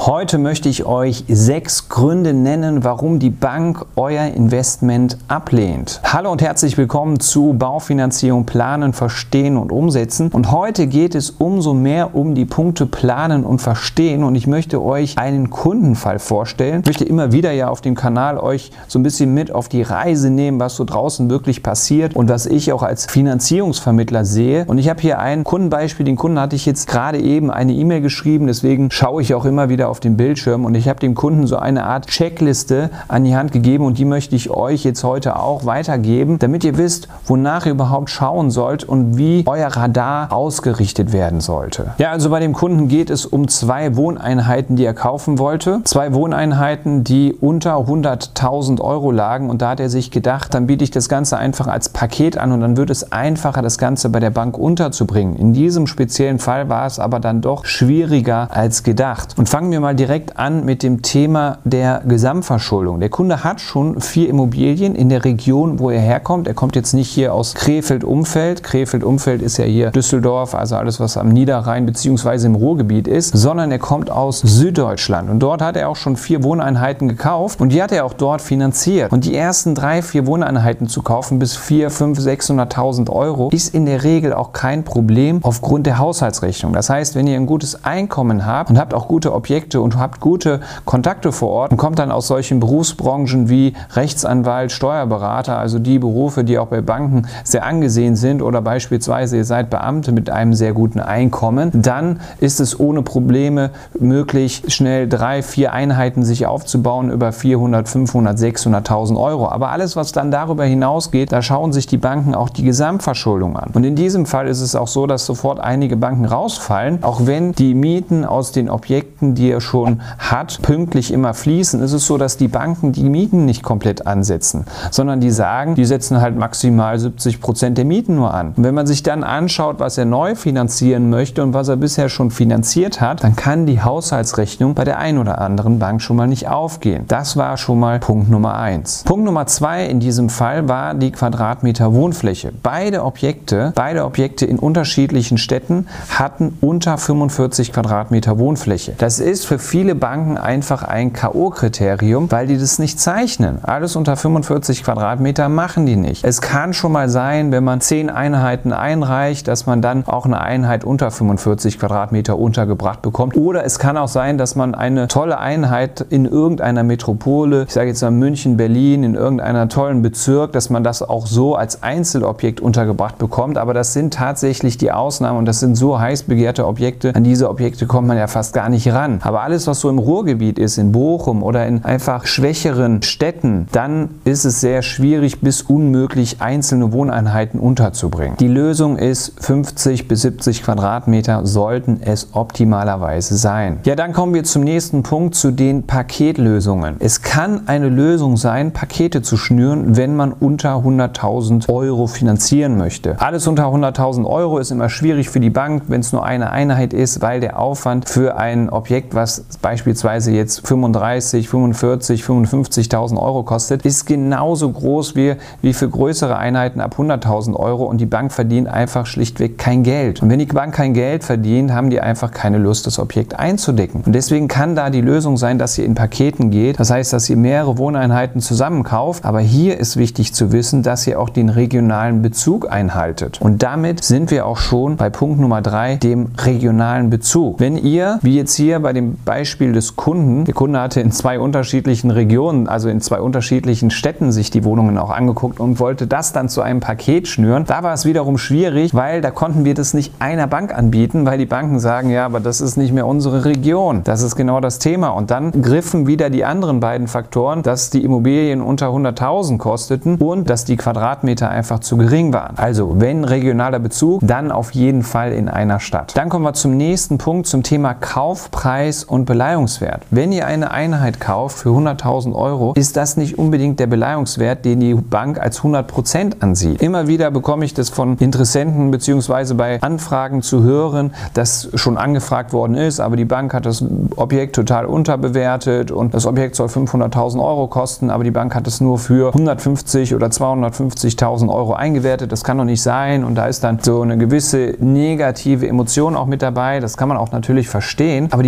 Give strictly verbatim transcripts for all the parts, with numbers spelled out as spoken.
Heute möchte ich euch sechs Gründe nennen, warum die Bank euer Investment ablehnt. Hallo und herzlich willkommen zu Baufinanzierung planen, verstehen und umsetzen. Und heute geht es umso mehr um die Punkte planen und verstehen. Und ich möchte euch einen Kundenfall vorstellen. Ich möchte immer wieder ja auf dem Kanal euch so ein bisschen mit auf die Reise nehmen, was so draußen wirklich passiert und was ich auch als Finanzierungsvermittler sehe. Und ich habe hier ein Kundenbeispiel. Den Kunden hatte ich jetzt gerade eben eine E-Mail geschrieben. Deswegen schaue ich auch immer wieder auf den Bildschirm und ich habe dem Kunden so eine Art Checkliste an die Hand gegeben und die möchte ich euch jetzt heute auch weitergeben, damit ihr wisst, wonach ihr überhaupt schauen sollt und wie euer Radar ausgerichtet werden sollte. Ja, also bei dem Kunden geht es um zwei Wohneinheiten, die er kaufen wollte. Zwei Wohneinheiten, die unter hunderttausend Euro lagen und da hat er sich gedacht, dann biete ich das Ganze einfach als Paket an und dann wird es einfacher, das Ganze bei der Bank unterzubringen. In diesem speziellen Fall war es aber dann doch schwieriger als gedacht. Und fangen wir mal direkt an mit dem Thema der Gesamtverschuldung. Der Kunde hat schon vier Immobilien in der Region, wo er herkommt. Er kommt jetzt nicht hier aus Krefeld-Umfeld. Krefeld-Umfeld ist ja hier Düsseldorf, also alles, was am Niederrhein bzw. im Ruhrgebiet ist, sondern er kommt aus Süddeutschland. Und dort hat er auch schon vier Wohneinheiten gekauft und die hat er auch dort finanziert. Und die ersten drei, vier Wohneinheiten zu kaufen bis vierhunderttausend, fünfhunderttausend, sechshunderttausend Euro ist in der Regel auch kein Problem aufgrund der Haushaltsrechnung. Das heißt, wenn ihr ein gutes Einkommen habt und habt auch gute Objekte und habt gute Kontakte vor Ort und kommt dann aus solchen Berufsbranchen wie Rechtsanwalt, Steuerberater, also die Berufe, die auch bei Banken sehr angesehen sind oder beispielsweise ihr seid Beamte mit einem sehr guten Einkommen, dann ist es ohne Probleme möglich, schnell drei, vier Einheiten sich aufzubauen über vierhundert, fünfhundert, sechshunderttausend Euro. Aber alles, was dann darüber hinausgeht, da schauen sich die Banken auch die Gesamtverschuldung an. Und in diesem Fall ist es auch so, dass sofort einige Banken rausfallen, auch wenn die Mieten aus den Objekten, die er schon hat, pünktlich immer fließen, ist es so, dass die Banken die Mieten nicht komplett ansetzen, sondern die sagen, die setzen halt maximal siebzig Prozent der Mieten nur an. Und wenn man sich dann anschaut, was er neu finanzieren möchte und was er bisher schon finanziert hat, dann kann die Haushaltsrechnung bei der einen oder anderen Bank schon mal nicht aufgehen. Das war schon mal Punkt Nummer eins. Punkt Nummer zwei in diesem Fall war die Quadratmeter Wohnfläche. Beide Objekte, beide Objekte in unterschiedlichen Städten hatten unter fünfundvierzig Quadratmeter Wohnfläche. Das ist für viele Banken einfach ein K O-Kriterium, weil die das nicht zeichnen. Alles unter fünfundvierzig Quadratmeter machen die nicht. Es kann schon mal sein, wenn man zehn Einheiten einreicht, dass man dann auch eine Einheit unter fünfundvierzig Quadratmeter untergebracht bekommt. Oder es kann auch sein, dass man eine tolle Einheit in irgendeiner Metropole, ich sage jetzt mal München, Berlin, in irgendeiner tollen Bezirk, dass man das auch so als Einzelobjekt untergebracht bekommt. Aber das sind tatsächlich die Ausnahmen und das sind so heiß begehrte Objekte. An diese Objekte kommt man ja fast gar nicht ran. Aber alles, was so im Ruhrgebiet ist, in Bochum oder in einfach schwächeren Städten, dann ist es sehr schwierig bis unmöglich, einzelne Wohneinheiten unterzubringen. Die Lösung ist, fünfzig bis siebzig Quadratmeter sollten es optimalerweise sein. Ja, dann kommen wir zum nächsten Punkt, zu den Paketlösungen. Es kann eine Lösung sein, Pakete zu schnüren, wenn man unter hunderttausend Euro finanzieren möchte. Alles unter hunderttausend Euro ist immer schwierig für die Bank, wenn es nur eine Einheit ist, weil der Aufwand für ein Objekt, was beispielsweise jetzt fünfunddreißig, fünfundvierzig, fünfundfünfzigtausend Euro kostet, ist genauso groß wie, wie für größere Einheiten ab hunderttausend Euro und die Bank verdient einfach schlichtweg kein Geld. Und wenn die Bank kein Geld verdient, haben die einfach keine Lust, das Objekt einzudecken. Und deswegen kann da die Lösung sein, dass ihr in Paketen geht. Das heißt, dass ihr mehrere Wohneinheiten zusammenkauft. Aber hier ist wichtig zu wissen, dass ihr auch den regionalen Bezug einhaltet. Und damit sind wir auch schon bei Punkt Nummer drei, dem regionalen Bezug. Wenn ihr, wie jetzt hier bei dem Beispiel des Kunden, der Kunde hatte in zwei unterschiedlichen Regionen, also in zwei unterschiedlichen Städten sich die Wohnungen auch angeguckt und wollte das dann zu einem Paket schnüren. Da war es wiederum schwierig, weil da konnten wir das nicht einer Bank anbieten, weil die Banken sagen, ja, aber das ist nicht mehr unsere Region. Das ist genau das Thema. Und dann griffen wieder die anderen beiden Faktoren, dass die Immobilien unter hunderttausend kosteten und dass die Quadratmeter einfach zu gering waren. Also, wenn regionaler Bezug, dann auf jeden Fall in einer Stadt. Dann kommen wir zum nächsten Punkt, zum Thema Kaufpreis und Beleihungswert. Wenn ihr eine Einheit kauft für hunderttausend Euro, ist das nicht unbedingt der Beleihungswert, den die Bank als hundert Prozent ansieht. Immer wieder bekomme ich das von Interessenten bzw. bei Anfragen zu hören, dass schon angefragt worden ist, aber die Bank hat das Objekt total unterbewertet und das Objekt soll fünfhunderttausend Euro kosten, aber die Bank hat es nur für hundertfünfzig oder zweihundertfünfzigtausend Euro eingewertet. Das kann doch nicht sein und da ist dann so eine gewisse negative Emotion auch mit dabei. Das kann man auch natürlich verstehen, aber die Bank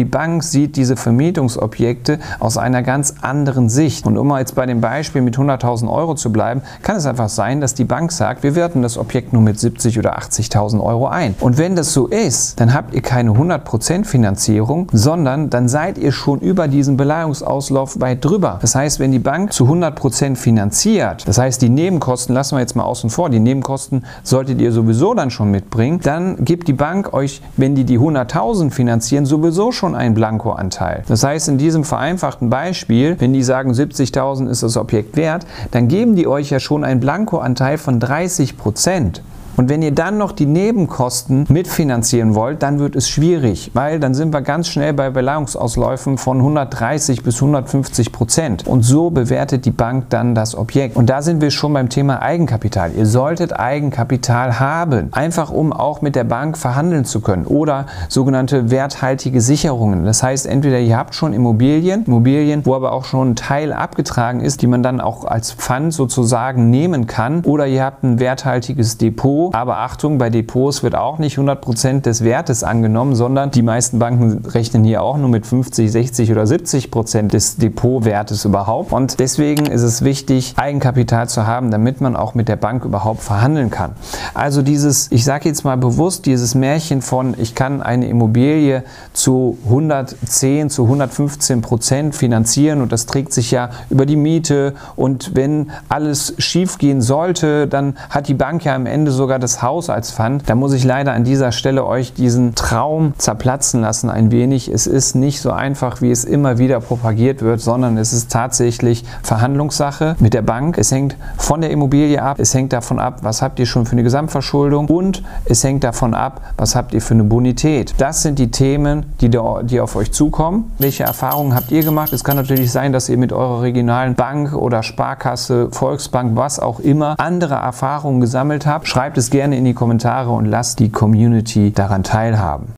sieht diese Vermietungsobjekte aus einer ganz anderen Sicht. Und um mal jetzt bei dem Beispiel mit hunderttausend Euro zu bleiben, kann es einfach sein, dass die Bank sagt, wir werten das Objekt nur mit siebzig oder achtzigtausend Euro ein. Und wenn das so ist, dann habt ihr keine hundert Prozent Finanzierung, sondern dann seid ihr schon über diesen Beleihungsauslauf weit drüber. Das heißt, wenn die Bank zu hundert Prozent finanziert, das heißt, die Nebenkosten lassen wir jetzt mal außen vor, die Nebenkosten solltet ihr sowieso dann schon mitbringen, dann gibt die Bank euch, wenn die die hunderttausend finanzieren, sowieso schon einen Blankoanteil. Das heißt, in diesem vereinfachten Beispiel, wenn die sagen, siebzigtausend ist das Objekt wert, dann geben die euch ja schon einen Blankoanteil von dreißig Prozent. Und wenn ihr dann noch die Nebenkosten mitfinanzieren wollt, dann wird es schwierig, weil dann sind wir ganz schnell bei Beleihungsausläufen von hundertdreißig bis hundertfünfzig Prozent. Und so bewertet die Bank dann das Objekt. Und da sind wir schon beim Thema Eigenkapital. Ihr solltet Eigenkapital haben, einfach um auch mit der Bank verhandeln zu können. Oder sogenannte werthaltige Sicherungen. Das heißt, entweder ihr habt schon Immobilien, Immobilien, wo aber auch schon ein Teil abgetragen ist, die man dann auch als Pfand sozusagen nehmen kann. Oder ihr habt ein werthaltiges Depot. Aber Achtung, bei Depots wird auch nicht hundert Prozent des Wertes angenommen, sondern die meisten Banken rechnen hier auch nur mit fünfzig, sechzig oder siebzig Prozent des Depotwertes überhaupt. Und deswegen ist es wichtig, Eigenkapital zu haben, damit man auch mit der Bank überhaupt verhandeln kann. Also dieses, ich sage jetzt mal bewusst, dieses Märchen von, ich kann eine Immobilie zu hundertzehn, zu hundertfünfzehn Prozent finanzieren und das trägt sich ja über die Miete und wenn alles schief gehen sollte, dann hat die Bank ja am Ende sogar das Haus als Pfand. Da muss ich leider an dieser Stelle euch diesen Traum zerplatzen lassen ein wenig. Es ist nicht so einfach, wie es immer wieder propagiert wird, sondern es ist tatsächlich Verhandlungssache mit der Bank. Es hängt von der Immobilie ab, es hängt davon ab, was habt ihr schon für eine Gesamtverschuldung und es hängt davon ab, was habt ihr für eine Bonität. Das sind die Themen, die, da, die auf euch zukommen. Welche Erfahrungen habt ihr gemacht? Es kann natürlich sein, dass ihr mit eurer regionalen Bank oder Sparkasse, Volksbank, was auch immer, andere Erfahrungen gesammelt habt. Schreibt es gerne in die Kommentare und lasst die Community daran teilhaben.